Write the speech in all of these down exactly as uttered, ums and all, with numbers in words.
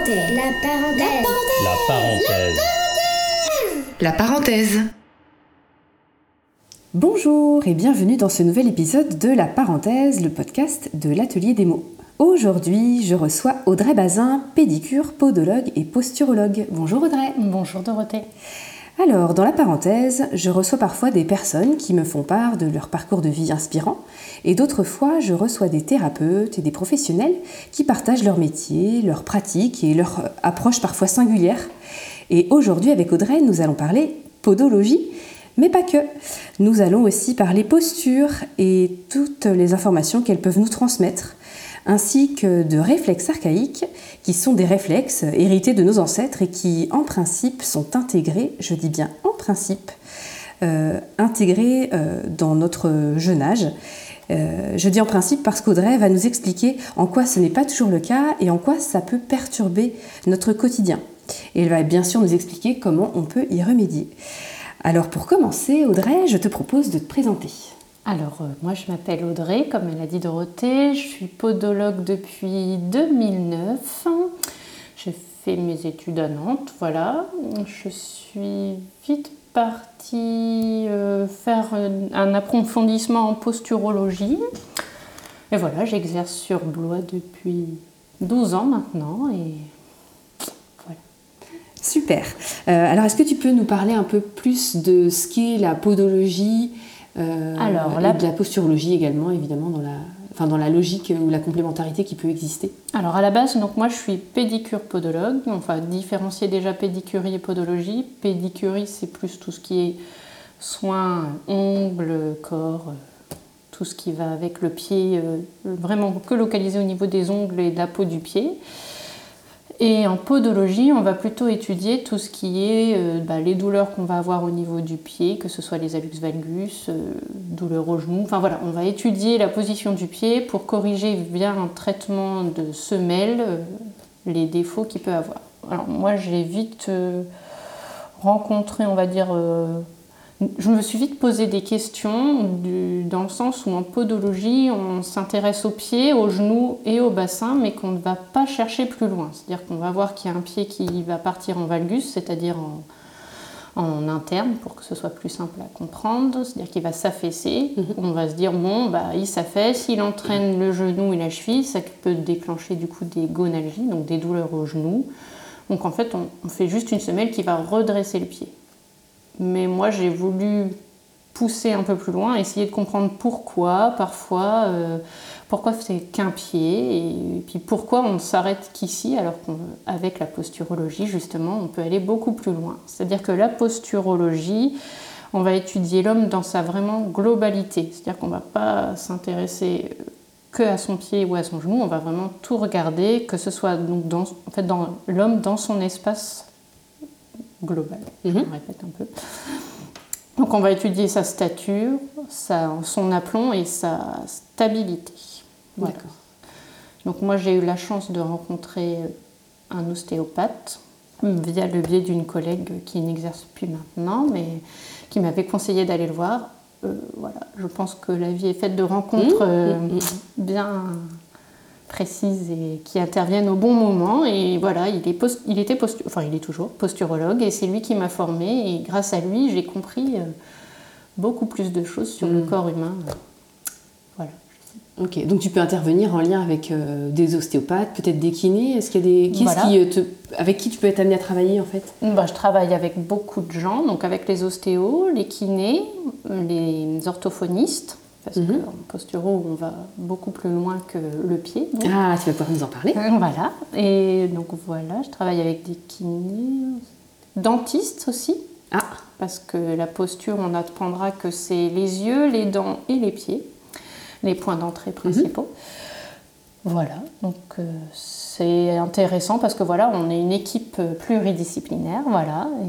parenthèse. La parenthèse. La parenthèse. La parenthèse. Bonjour et bienvenue dans ce nouvel épisode de La parenthèse, le podcast de l'Atelier des mots. Aujourd'hui, je reçois Audrey Bazin, pédicure, podologue et posturologue. Bonjour Audrey. Bonjour Dorothée. Alors, dans La parenthèse, je reçois parfois des personnes qui me font part de leur parcours de vie inspirant et d'autres fois, je reçois des thérapeutes et des professionnels qui partagent leur métier, leurs pratiques et leur approche parfois singulière. Et aujourd'hui, avec Audrey, nous allons parler podologie, mais pas que. Nous allons aussi parler posture et toutes les informations qu'elles peuvent nous transmettre, ainsi que de réflexes archaïques, qui sont des réflexes hérités de nos ancêtres et qui, en principe, sont intégrés, je dis bien en principe, euh, intégrés euh, dans notre jeune âge. Euh, je dis en principe parce qu'Audrey va nous expliquer en quoi ce n'est pas toujours le cas et en quoi ça peut perturber notre quotidien. Et elle va bien sûr nous expliquer comment on peut y remédier. Alors pour commencer, Audrey, je te propose de te présenter. Alors, euh, moi je m'appelle Audrey, comme elle a dit Dorothée, je suis podologue depuis deux mille neuf. J'ai fait mes études à Nantes, voilà. Je suis vite partie euh, faire un approfondissement en posturologie. Et voilà, j'exerce sur Blois depuis douze ans maintenant et voilà. Super. Euh, alors est-ce que tu peux nous parler un peu plus de ce qu'est la podologie Euh, Alors, et la... de la posturologie également, évidemment, dans la, enfin, dans la logique ou la complémentarité qui peut exister. Alors à la base, donc moi je suis pédicure podologue, enfin différencier déjà pédicurie et podologie. Pédicurie, c'est plus tout ce qui est soins, ongles, corps, tout ce qui va avec le pied, euh, vraiment que localisé au niveau des ongles et de la peau du pied. Et en podologie, on va plutôt étudier tout ce qui est euh, bah, les douleurs qu'on va avoir au niveau du pied, que ce soit les hallux valgus, euh, douleurs au genou. Enfin voilà, on va étudier la position du pied pour corriger via un traitement de semelle euh, les défauts qu'il peut avoir. Alors moi, j'ai vite euh, rencontré, on va dire, euh, je me suis vite posé des questions du, dans le sens où en podologie, on s'intéresse aux pieds, aux genoux et au bassin, mais qu'on ne va pas chercher plus loin. C'est-à-dire qu'on va voir qu'il y a un pied qui va partir en valgus, c'est-à-dire en, en interne, pour que ce soit plus simple à comprendre. C'est-à-dire qu'il va s'affaisser. Mmh. On va se dire, bon, bah, il s'affaisse, il entraîne le genou et la cheville, ça peut déclencher du coup des gonalgies, donc des douleurs au genou. Donc en fait, on, on fait juste une semelle qui va redresser le pied. Mais moi, j'ai voulu pousser un peu plus loin, essayer de comprendre pourquoi, parfois, euh, pourquoi c'est qu'un pied, et puis pourquoi on ne s'arrête qu'ici, alors qu'avec la posturologie, justement, on peut aller beaucoup plus loin. C'est-à-dire que la posturologie, on va étudier l'homme dans sa vraiment globalité. C'est-à-dire qu'on ne va pas s'intéresser que à son pied ou à son genou, on va vraiment tout regarder, que ce soit donc dans, en fait, dans l'homme dans son espace global, je me répète un peu. Donc on va étudier sa stature, sa, son aplomb et sa stabilité. Voilà. D'accord. Donc moi j'ai eu la chance de rencontrer un ostéopathe via le biais d'une collègue qui n'exerce plus maintenant, mais qui m'avait conseillé d'aller le voir. Euh, voilà, je pense que la vie est faite de rencontres mmh, euh, mmh, bien précises et qui interviennent au bon moment. Et voilà, il, est post- il était postu- enfin, il est toujours posturologue et c'est lui qui m'a formée. Et grâce à lui, j'ai compris euh, beaucoup plus de choses sur mmh. le corps humain. Voilà. Ok, donc tu peux intervenir en lien avec euh, des ostéopathes, peut-être des kinés. Est-ce qu'il y a des Qu'est-ce voilà. qui te... avec qui tu peux être amené à travailler en fait? Bah, je travaille avec beaucoup de gens, donc avec les ostéos, les kinés, les orthophonistes. Parce mmh. qu'en posturo, on va beaucoup plus loin que le pied. Donc. Ah, tu vas pouvoir nous en parler. Voilà. Et donc voilà, je travaille avec des kinés, dentistes aussi. Ah. Parce que la posture, on apprendra que c'est les yeux, les dents et les pieds, les points d'entrée principaux. Mmh. Voilà. Donc euh, c'est intéressant parce que voilà, on est une équipe pluridisciplinaire. Voilà. Et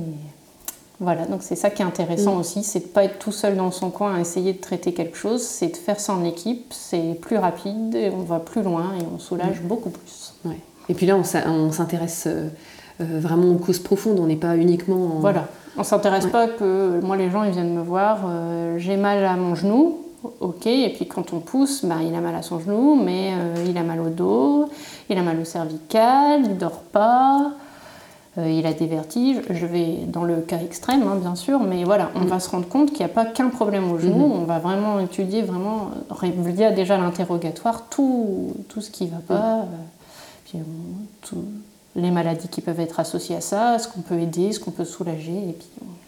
Voilà, donc c'est ça qui est intéressant mmh. aussi, c'est de ne pas être tout seul dans son coin à essayer de traiter quelque chose, c'est de faire ça en équipe, c'est plus rapide, et on va plus loin et on soulage mmh. beaucoup plus. Ouais. Et puis là, on, on s'intéresse euh, vraiment aux causes profondes, on n'est pas uniquement... En... Voilà, on ne s'intéresse ouais. pas que... Moi, les gens, ils viennent me voir, euh, j'ai mal à mon genou, ok. Et puis quand on pousse, bah, il a mal à son genou, mais euh, il a mal au dos, il a mal au cervical, il ne dort pas, euh, il a des vertiges. Je vais dans le cas extrême, hein, bien sûr, mais voilà, on mmh. va se rendre compte qu'il n'y a pas qu'un problème au genou. Mmh. On va vraiment étudier, vraiment, il y a déjà l'interrogatoire, tout, tout ce qui ne va pas. Mmh. Euh, puis, euh, tout, les maladies qui peuvent être associées à ça, ce qu'on peut aider, ce qu'on peut soulager, et puis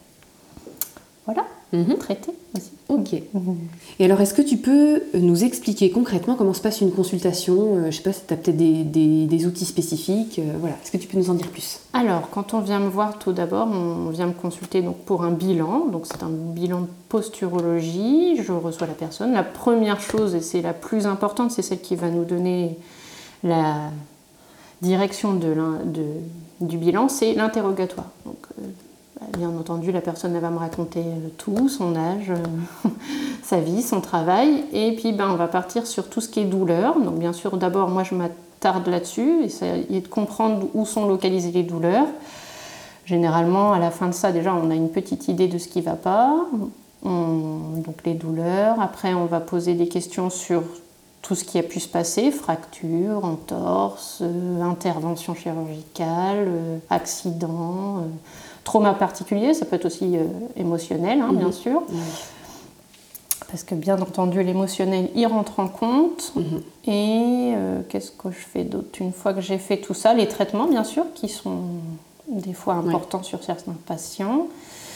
voilà, mmh. traiter aussi. Ok. Mmh. Et alors, est-ce que tu peux nous expliquer concrètement comment se passe une consultation ? euh, Je ne sais pas si tu as peut-être des, des, des outils spécifiques. Euh, voilà. Est-ce que tu peux nous en dire plus ? Alors, quand on vient me voir, tout d'abord, on vient me consulter donc, pour un bilan. Donc, c'est un bilan de posturologie. Je reçois la personne. La première chose, et c'est la plus importante, c'est celle qui va nous donner la direction de, de, du bilan, c'est l'interrogatoire. Donc, euh, bien entendu, la personne elle va me raconter tout, son âge, euh, sa vie, son travail, et puis ben, on va partir sur tout ce qui est douleur. Donc bien sûr, d'abord, moi je m'attarde là-dessus, et c'est de comprendre où sont localisées les douleurs. Généralement, à la fin de ça, déjà, on a une petite idée de ce qui ne va pas, on, donc les douleurs. Après, on va poser des questions sur tout ce qui a pu se passer, fracture, entorse, euh, intervention chirurgicale, euh, accident, euh, trauma particulier, ça peut être aussi euh, émotionnel, hein, mmh. bien sûr. Mmh. Parce que bien entendu, l'émotionnel, il rentre en compte. Mmh. Et euh, qu'est-ce que je fais d'autre ? Une fois que j'ai fait tout ça, les traitements, bien sûr, qui sont des fois importants ouais. sur certains patients.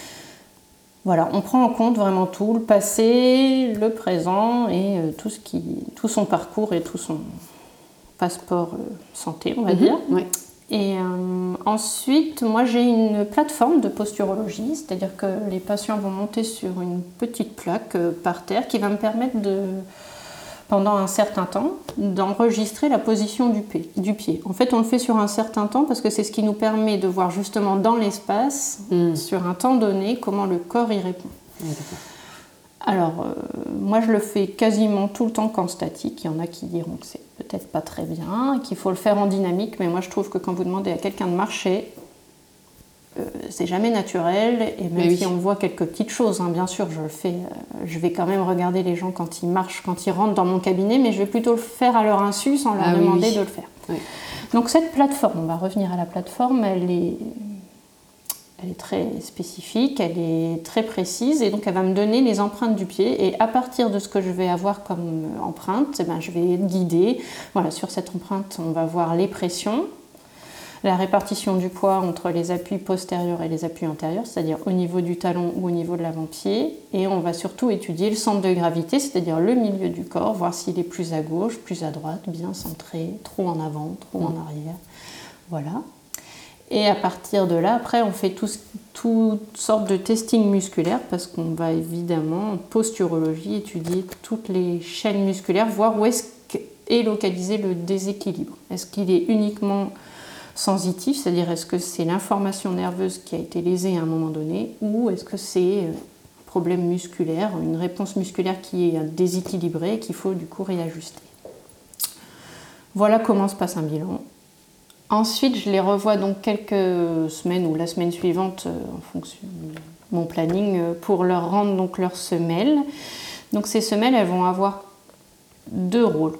Voilà, on prend en compte vraiment tout, le passé, le présent et euh, tout, ce qui, tout son parcours et tout son passeport euh, santé, on va mmh, dire. Ouais. Et euh, ensuite, moi j'ai une plateforme de posturologie, c'est-à-dire que les patients vont monter sur une petite plaque euh, par terre qui va me permettre de, pendant un certain temps, d'enregistrer la position du pied, du pied. En fait, on le fait sur un certain temps parce que c'est ce qui nous permet de voir justement dans l'espace, mmh. sur un temps donné, comment le corps y répond. Mmh, Alors, euh, moi je le fais quasiment tout le temps qu'en statique. Il y en a qui diront que c'est peut-être pas très bien, qu'il faut le faire en dynamique, mais moi je trouve que quand vous demandez à quelqu'un de marcher, Euh, c'est jamais naturel, et même oui. si on voit quelques petites choses, hein, bien sûr, je le fais, euh, je vais quand même regarder les gens quand ils marchent, quand ils rentrent dans mon cabinet, mais je vais plutôt le faire à leur insu sans leur ah, demander oui, oui. de le faire. Oui. Donc cette plateforme, on va revenir à la plateforme, elle est, elle est très spécifique, elle est très précise, et donc elle va me donner les empreintes du pied, et à partir de ce que je vais avoir comme empreinte, eh ben, je vais être guidée. Voilà, sur cette empreinte, on va voir les pressions, la répartition du poids entre les appuis postérieurs et les appuis antérieurs, c'est-à-dire au niveau du talon ou au niveau de l'avant-pied. Et on va surtout étudier le centre de gravité, c'est-à-dire le milieu du corps, voir s'il est plus à gauche, plus à droite, bien centré, trop en avant, trop en arrière. Voilà. Et à partir de là, après, on fait tout, toutes sortes de testing musculaires parce qu'on va évidemment, en posturologie, étudier toutes les chaînes musculaires, voir où est-ce qu'est localisé le déséquilibre. Est-ce qu'il est uniquement sensitif, c'est-à-dire est-ce que c'est l'information nerveuse qui a été lésée à un moment donné, ou est-ce que c'est un problème musculaire, une réponse musculaire qui est déséquilibrée et qu'il faut du coup réajuster. Voilà comment se passe un bilan. Ensuite, je les revois donc quelques semaines ou la semaine suivante en fonction de mon planning pour leur rendre donc leurs semelles. Donc ces semelles, elles vont avoir deux rôles.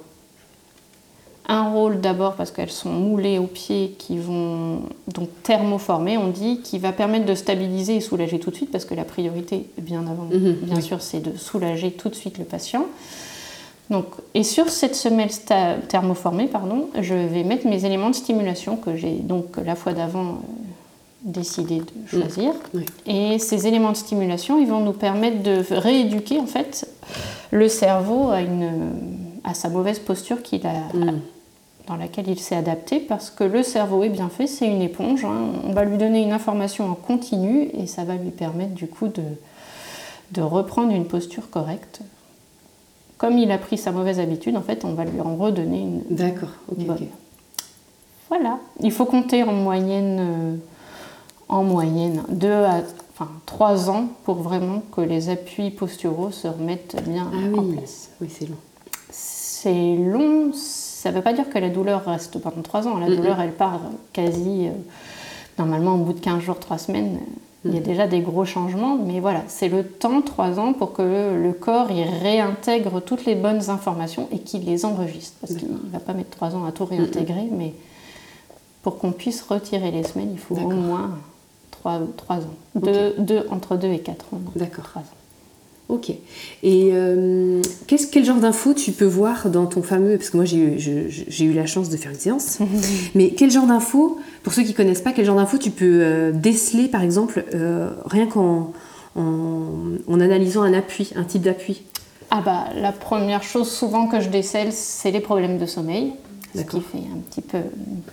Un rôle d'abord parce qu'elles sont moulées aux pieds qui vont donc thermoformer, on dit, qui va permettre de stabiliser et soulager tout de suite parce que la priorité, bien avant, mmh, bien oui. sûr, c'est de soulager tout de suite le patient. Donc, et sur cette semelle sta- thermoformée, pardon, je vais mettre mes éléments de stimulation que j'ai donc la fois d'avant euh, décidé de choisir. Mmh, oui. Et ces éléments de stimulation, ils vont nous permettre de rééduquer en fait le cerveau à une à sa mauvaise posture qu'il a, mmh. dans laquelle il s'est adapté, parce que le cerveau est bien fait, c'est une éponge, hein. On va lui donner une information en continu et ça va lui permettre du coup de, de reprendre une posture correcte. Comme il a pris sa mauvaise habitude, en fait, on va lui en redonner une. D'accord, ok. Bonne. okay. Voilà, il faut compter en moyenne, euh, en moyenne deux à enfin, trois ans pour vraiment que les appuis posturaux se remettent bien ah, en oui. place. Oui, c'est long. C'est long, ça ne veut pas dire que la douleur reste pendant trois ans. La mm-hmm. douleur, elle part quasi, euh, normalement, au bout de quinze jours, trois semaines, Il y a déjà des gros changements, mais voilà, c'est le temps, trois ans, pour que le corps il réintègre toutes les bonnes informations et qu'il les enregistre. Parce qu'il ne va pas mettre trois ans à tout réintégrer, mmh. mais pour qu'on puisse retirer les semelles, il faut D'accord. au moins trois ans. Okay. Deux, deux, entre deux et quatre ans. D'accord. trois ans. Ok. Et euh, qu'est-ce, quel genre d'infos tu peux voir dans ton fameux... Parce que moi, j'ai eu, je, j'ai eu la chance de faire une séance. Mais quel genre d'infos, pour ceux qui ne connaissent pas, quel genre d'infos tu peux euh, déceler, par exemple, euh, rien qu'en en, en analysant un appui, un type d'appui? Ah bah, la première chose souvent que je décèle, c'est les problèmes de sommeil. D'accord. Ce qui fait un petit peu...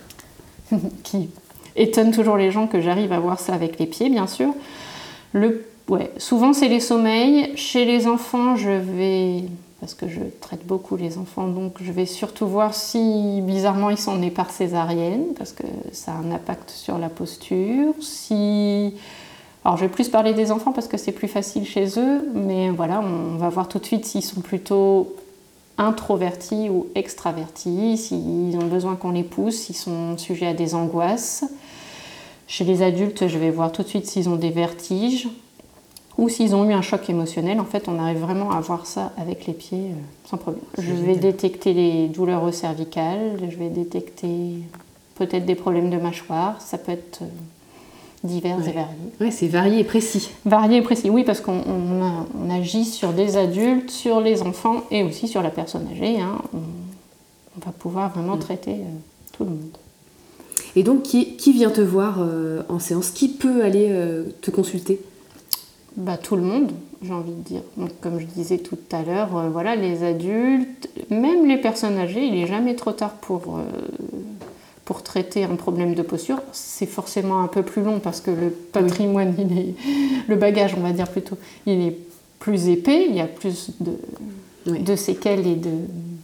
qui étonne toujours les gens que j'arrive à voir ça avec les pieds, bien sûr. Le Ouais, souvent c'est les sommeils. Chez les enfants, je vais, parce que je traite beaucoup les enfants, donc je vais surtout voir si bizarrement ils sont nés par césarienne, parce que ça a un impact sur la posture. Si... Alors je vais plus parler des enfants parce que c'est plus facile chez eux, mais voilà, on va voir tout de suite s'ils sont plutôt introvertis ou extravertis, s'ils ont besoin qu'on les pousse, s'ils sont sujets à des angoisses. Chez les adultes, je vais voir tout de suite s'ils ont des vertiges, ou s'ils ont eu un choc émotionnel. En fait, on arrive vraiment à voir ça avec les pieds euh, sans problème. C'est je vais génial. détecter les douleurs au cervical, je vais détecter peut-être des problèmes de mâchoire, ça peut être euh, divers ouais. et variés. Oui, c'est varié et précis. Varié et précis, oui, parce qu'on on, a, on agit sur des adultes, sur les enfants et aussi sur la personne âgée. Hein. On, on va pouvoir vraiment mmh. traiter euh, tout le monde. Et donc, qui, qui vient te voir euh, en séance? Qui peut aller euh, te consulter? Bah, tout le monde, j'ai envie de dire. Donc, comme je disais tout à l'heure, euh, voilà, les adultes, même les personnes âgées, il n'est jamais trop tard pour, euh, pour traiter un problème de posture. C'est forcément un peu plus long parce que le patrimoine, il est, le bagage, on va dire plutôt, il est plus épais, il y a plus de, oui. de séquelles et de,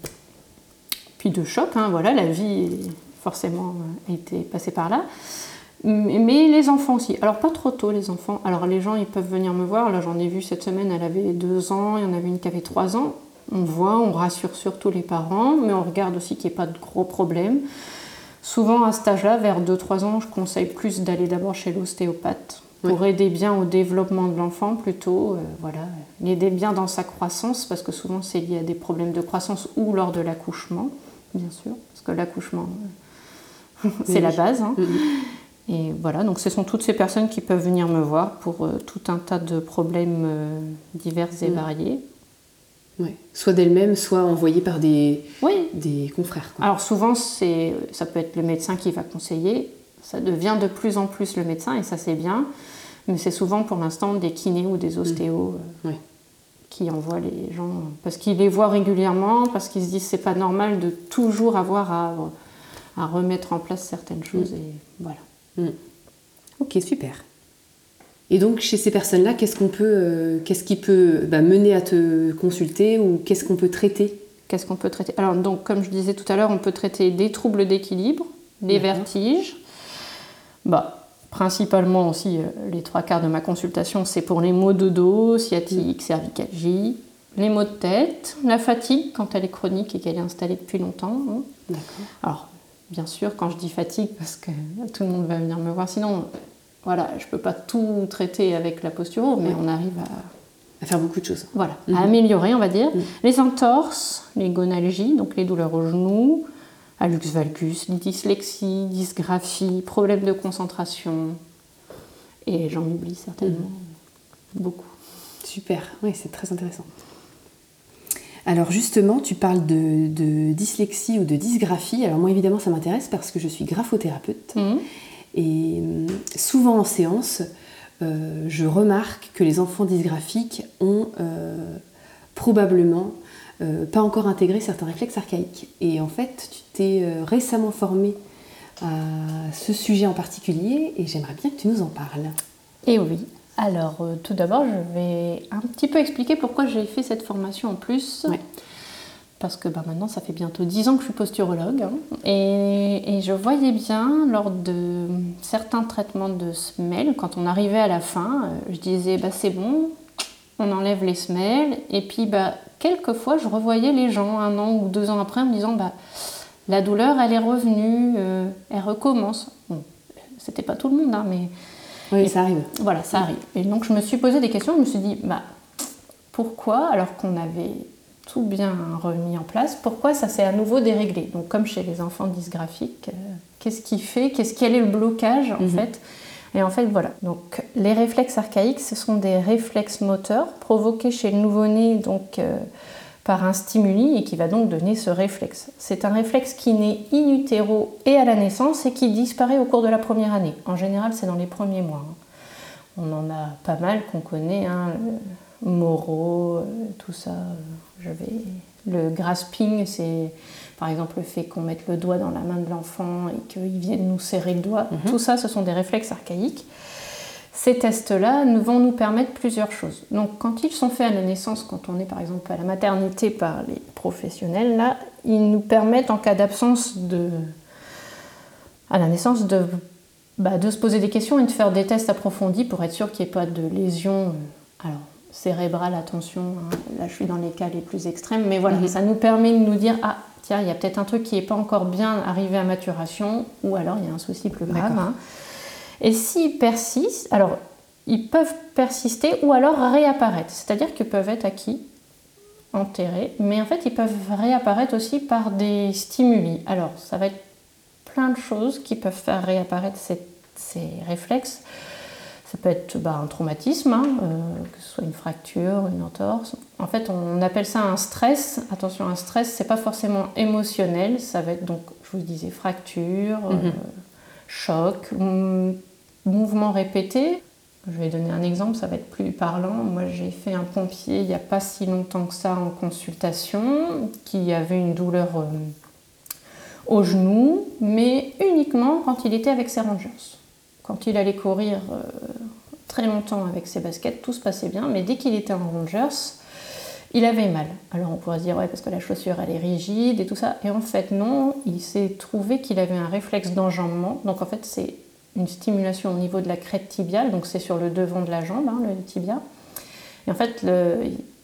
puis de chocs. Hein, voilà, la vie, forcément, a été passée par là. Mais les enfants aussi. Alors pas trop tôt les enfants. Alors les gens ils peuvent venir me voir. Là j'en ai vu cette semaine, elle avait deux ans, il y en avait une qui avait trois ans. On voit, on rassure surtout les parents, mais on regarde aussi qu'il n'y ait pas de gros problèmes. Souvent à cet âge-là, vers deux trois ans, je conseille plus d'aller d'abord chez l'ostéopathe pour oui. aider bien au développement de l'enfant plutôt. Euh, voilà, l'aider bien dans sa croissance parce que souvent c'est lié à des problèmes de croissance ou lors de l'accouchement, bien sûr, parce que l'accouchement c'est oui. la base. Hein. Mm-hmm. Et voilà, donc ce sont toutes ces personnes qui peuvent venir me voir pour euh, tout un tas de problèmes euh, divers et mmh. variés. Oui. Soit d'elles-mêmes, soit envoyées par des, oui. des confrères. Quoi. Alors souvent, c'est, ça peut être le médecin qui va conseiller. Ça devient de plus en plus le médecin et ça c'est bien. Mais c'est souvent pour l'instant des kinés ou des ostéos mmh. euh, oui. qui envoient les gens. Parce qu'ils les voient régulièrement, parce qu'ils se disent que c'est pas normal de toujours avoir à, à remettre en place certaines choses. Mmh. Et voilà. Mmh. Ok, super. Et donc, chez ces personnes-là, qu'est-ce qu'on peut, euh, qu'est-ce qui peut bah, mener à te consulter ou qu'est-ce qu'on peut traiter? Qu'est-ce qu'on peut traiter? Alors, donc, comme je disais tout à l'heure, on peut traiter des troubles d'équilibre, des D'accord. vertiges. Bah, principalement aussi, euh, les trois quarts de ma consultation, c'est pour les maux de dos, sciatique, mmh. cervicalgie, les maux de tête, la fatigue quand elle est chronique et qu'elle est installée depuis longtemps. Hein. D'accord. Alors, bien sûr, quand je dis fatigue, parce que tout le monde va venir me voir, sinon, voilà, je ne peux pas tout traiter avec la posture, mais oui. on arrive à... à faire beaucoup de choses. Voilà, mmh. à améliorer, on va dire. Mmh. Les entorses, les gonalgies, donc les douleurs aux genoux, hallux valgus, dyslexie, dysgraphie, problèmes de concentration, et j'en oublie certainement mmh. beaucoup. Super, oui, c'est très intéressant. Alors justement, tu parles de, de dyslexie ou de dysgraphie. Alors moi, évidemment, ça m'intéresse parce que je suis graphothérapeute. Mmh. Et souvent en séance, euh, je remarque que les enfants dysgraphiques ont euh, probablement euh, pas encore intégré certains réflexes archaïques. Et en fait, tu t'es euh, récemment formée à ce sujet en particulier et j'aimerais bien que tu nous en parles. Et oui. Alors, euh, tout d'abord, je vais un petit peu expliquer pourquoi j'ai fait cette formation en plus. Ouais. Parce que bah, maintenant, ça fait bientôt dix ans que je suis posturologue. Hein, et, et je voyais bien, lors de certains traitements de semelles, quand on arrivait à la fin, euh, je disais, bah, c'est bon, on enlève les semelles. Et puis, bah, quelquefois, je revoyais les gens un an ou deux ans après en me disant, bah, la douleur, elle est revenue, euh, elle recommence. Bon, c'était pas tout le monde, hein, mais... Oui, et, ça arrive. Voilà, ça arrive. Et donc je me suis posé des questions, je me suis dit, bah, pourquoi, alors qu'on avait tout bien remis en place, pourquoi ça s'est à nouveau déréglé? Donc comme chez les enfants dysgraphiques, euh, qu'est-ce qui fait, qu'est-ce, quel est le blocage en mm-hmm. fait? Et en fait, voilà. Donc, les réflexes archaïques, ce sont des réflexes moteurs provoqués chez le nouveau-né donc, euh, par un stimuli et qui va donc donner ce réflexe. C'est un réflexe qui naît in utero et à la naissance et qui disparaît au cours de la première année. En général, c'est dans les premiers mois. Hein. On en a pas mal qu'on connaît, hein, le Moro, euh, tout ça. Je vais... Le grasping, c'est par exemple le fait qu'on mette le doigt dans la main de l'enfant et qu'il vienne nous serrer le doigt. Mm-hmm. Tout ça, ce sont des réflexes archaïques. Ces tests-là vont nous permettre plusieurs choses. Donc, quand ils sont faits à la naissance, quand on est par exemple à la maternité par les professionnels, là, ils nous permettent, en cas d'absence de... à la naissance, de, bah, de se poser des questions et de faire des tests approfondis pour être sûr qu'il n'y ait pas de lésions. Alors, cérébrale, attention, hein, là je suis dans les cas les plus extrêmes, mais voilà, mmh. ça nous permet de nous dire, ah tiens, il y a peut-être un truc qui n'est pas encore bien arrivé à maturation, ou alors il y a un souci plus grave. Hein. Et s'ils persistent, alors ils peuvent persister ou alors réapparaître, c'est-à-dire qu'ils peuvent être acquis, enterrés, mais en fait ils peuvent réapparaître aussi par des stimuli. Alors ça va être plein de choses qui peuvent faire réapparaître ces, ces réflexes. Ça peut être bah, un traumatisme, hein, euh, que ce soit une fracture, une entorse. En fait, on appelle ça un stress. Attention, un stress, c'est pas forcément émotionnel. Ça va être donc, je vous disais, fracture, mm-hmm. euh, choc, m- mouvement répété. Je vais donner un exemple, ça va être plus parlant. Moi, j'ai fait un pompier il n'y a pas si longtemps que ça en consultation, qui avait une douleur euh, au genou, mais uniquement quand il était avec ses rangers. Quand il allait courir euh, très longtemps avec ses baskets, tout se passait bien, mais dès qu'il était en Rangers, il avait mal. Alors on pourrait se dire, ouais, parce que la chaussure, elle est rigide et tout ça. Et en fait, non, il s'est trouvé qu'il avait un réflexe d'enjambement. Donc en fait, c'est une stimulation au niveau de la crête tibiale, donc c'est sur le devant de la jambe, hein, le tibia. Et en fait, le,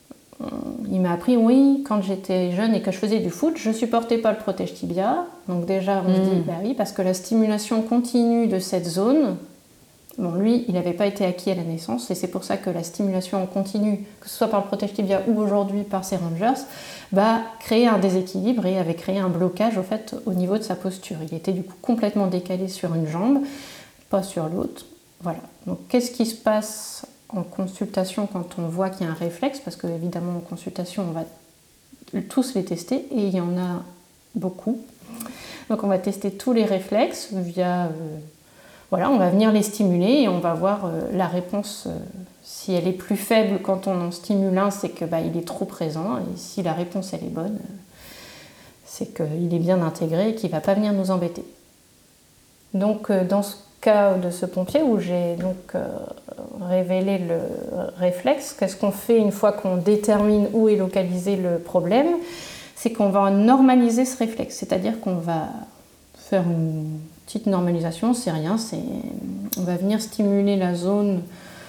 il m'a appris, oui, quand j'étais jeune et que je faisais du foot, je supportais pas le protège tibia. Donc déjà, on mmh. se dit, bah oui, parce que la stimulation continue de cette zone, bon, lui, il n'avait pas été acquis à la naissance, et c'est pour ça que la stimulation continue, que ce soit par le protège tibia ou aujourd'hui par ses rangers, bah, créer un déséquilibre et avait créé un blocage, au fait, au niveau de sa posture. Il était du coup complètement décalé sur une jambe, pas sur l'autre. Voilà. Donc, qu'est-ce qui se passe en consultation quand on voit qu'il y a un réflexe, parce que évidemment en consultation on va tous les tester et il y en a beaucoup, donc on va tester tous les réflexes via euh, voilà, on va venir les stimuler et on va voir euh, la réponse. Euh, si elle est plus faible quand on en stimule un, c'est que bah, il est trop présent, et si la réponse elle est bonne, euh, c'est qu'il est bien intégré et qu'il ne va pas venir nous embêter. Donc euh, dans ce cas de ce pompier où j'ai donc euh, révélé le réflexe, qu'est-ce qu'on fait une fois qu'on détermine où est localisé le problème? C'est qu'on va normaliser ce réflexe, c'est-à-dire qu'on va faire une petite normalisation, c'est rien, c'est... on va venir stimuler la zone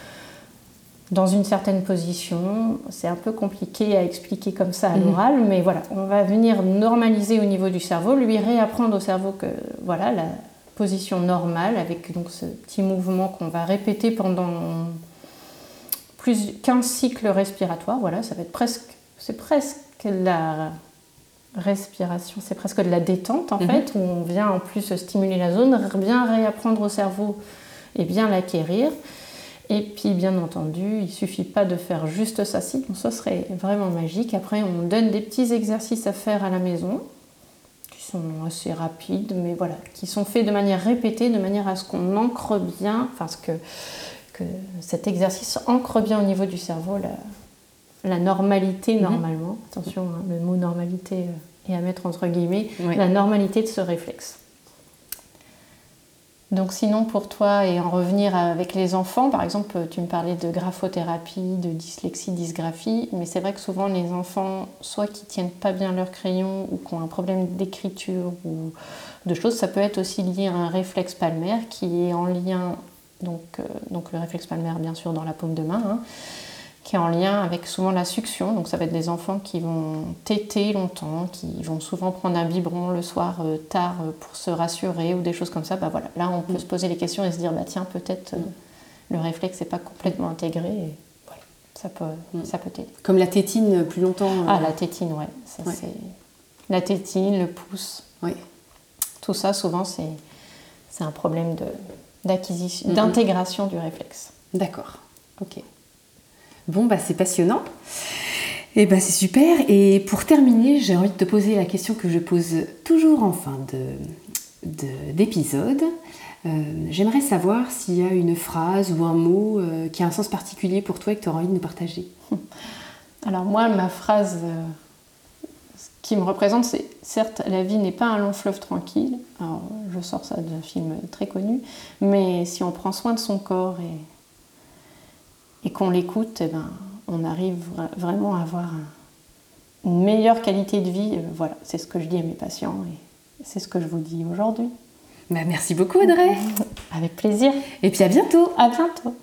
dans une certaine position. C'est un peu compliqué à expliquer comme ça à l'oral, mmh. mais voilà, on va venir normaliser au niveau du cerveau, lui réapprendre au cerveau que voilà, la position normale, avec donc ce petit mouvement qu'on va répéter pendant plus qu'un cycle respiratoire. Voilà, ça va être presque, c'est presque la respiration, c'est presque de la détente en mmh. fait, où on vient en plus stimuler la zone, bien réapprendre au cerveau et bien l'acquérir. Et puis bien entendu, il ne suffit pas de faire juste ça, sinon ça serait vraiment magique. Après, on donne des petits exercices à faire à la maison, qui sont assez rapides, mais voilà, qui sont faits de manière répétée, de manière à ce qu'on ancre bien, enfin que, que cet exercice ancre bien au niveau du cerveau la, la normalité normalement. Mmh. Attention, hein, le mot normalité est à mettre entre guillemets, oui. La normalité de ce réflexe. Donc sinon pour toi, et en revenir avec les enfants, par exemple, tu me parlais de graphothérapie, de dyslexie, dysgraphie, mais c'est vrai que souvent les enfants, soit qui tiennent pas bien leur crayon ou qui ont un problème d'écriture ou de choses, ça peut être aussi lié à un réflexe palmaire qui est en lien, donc, euh, donc le réflexe palmaire bien sûr dans la paume de main, hein, qui est en lien avec souvent la succion. Donc ça va être des enfants qui vont téter longtemps, qui vont souvent prendre un biberon le soir euh, tard euh, pour se rassurer ou des choses comme ça. Bah voilà, là on peut mmh. se poser les questions et se dire bah tiens peut-être euh, le réflexe n'est pas complètement intégré. Et voilà, ça peut, Mm. ça peut t'aider. Comme la tétine plus longtemps. euh, Ah, la tétine, ouais. Ça, Ouais. c'est... La tétine, le pouce, Oui. tout ça, souvent, c'est, c'est un problème de, d'acquisition, Mm-hmm. d'intégration du réflexe. D'accord. Ok. Bon, bah c'est passionnant. Et bah c'est super. Et pour terminer, j'ai envie de te poser la question que je pose toujours en fin de, de- d'épisode. Euh, j'aimerais savoir s'il y a une phrase ou un mot euh, qui a un sens particulier pour toi et que tu auras envie de nous partager. Alors moi, ma phrase euh, qui me représente, c'est « Certes, la vie n'est pas un long fleuve tranquille ». Alors, je sors ça d'un film très connu. Mais si on prend soin de son corps et, et qu'on l'écoute, eh ben, on arrive vra- vraiment à avoir un- une meilleure qualité de vie. Euh, Voilà, c'est ce que je dis à mes patients et c'est ce que je vous dis aujourd'hui. Bah, merci beaucoup Audrey. Avec plaisir. Et puis à bientôt. À bientôt.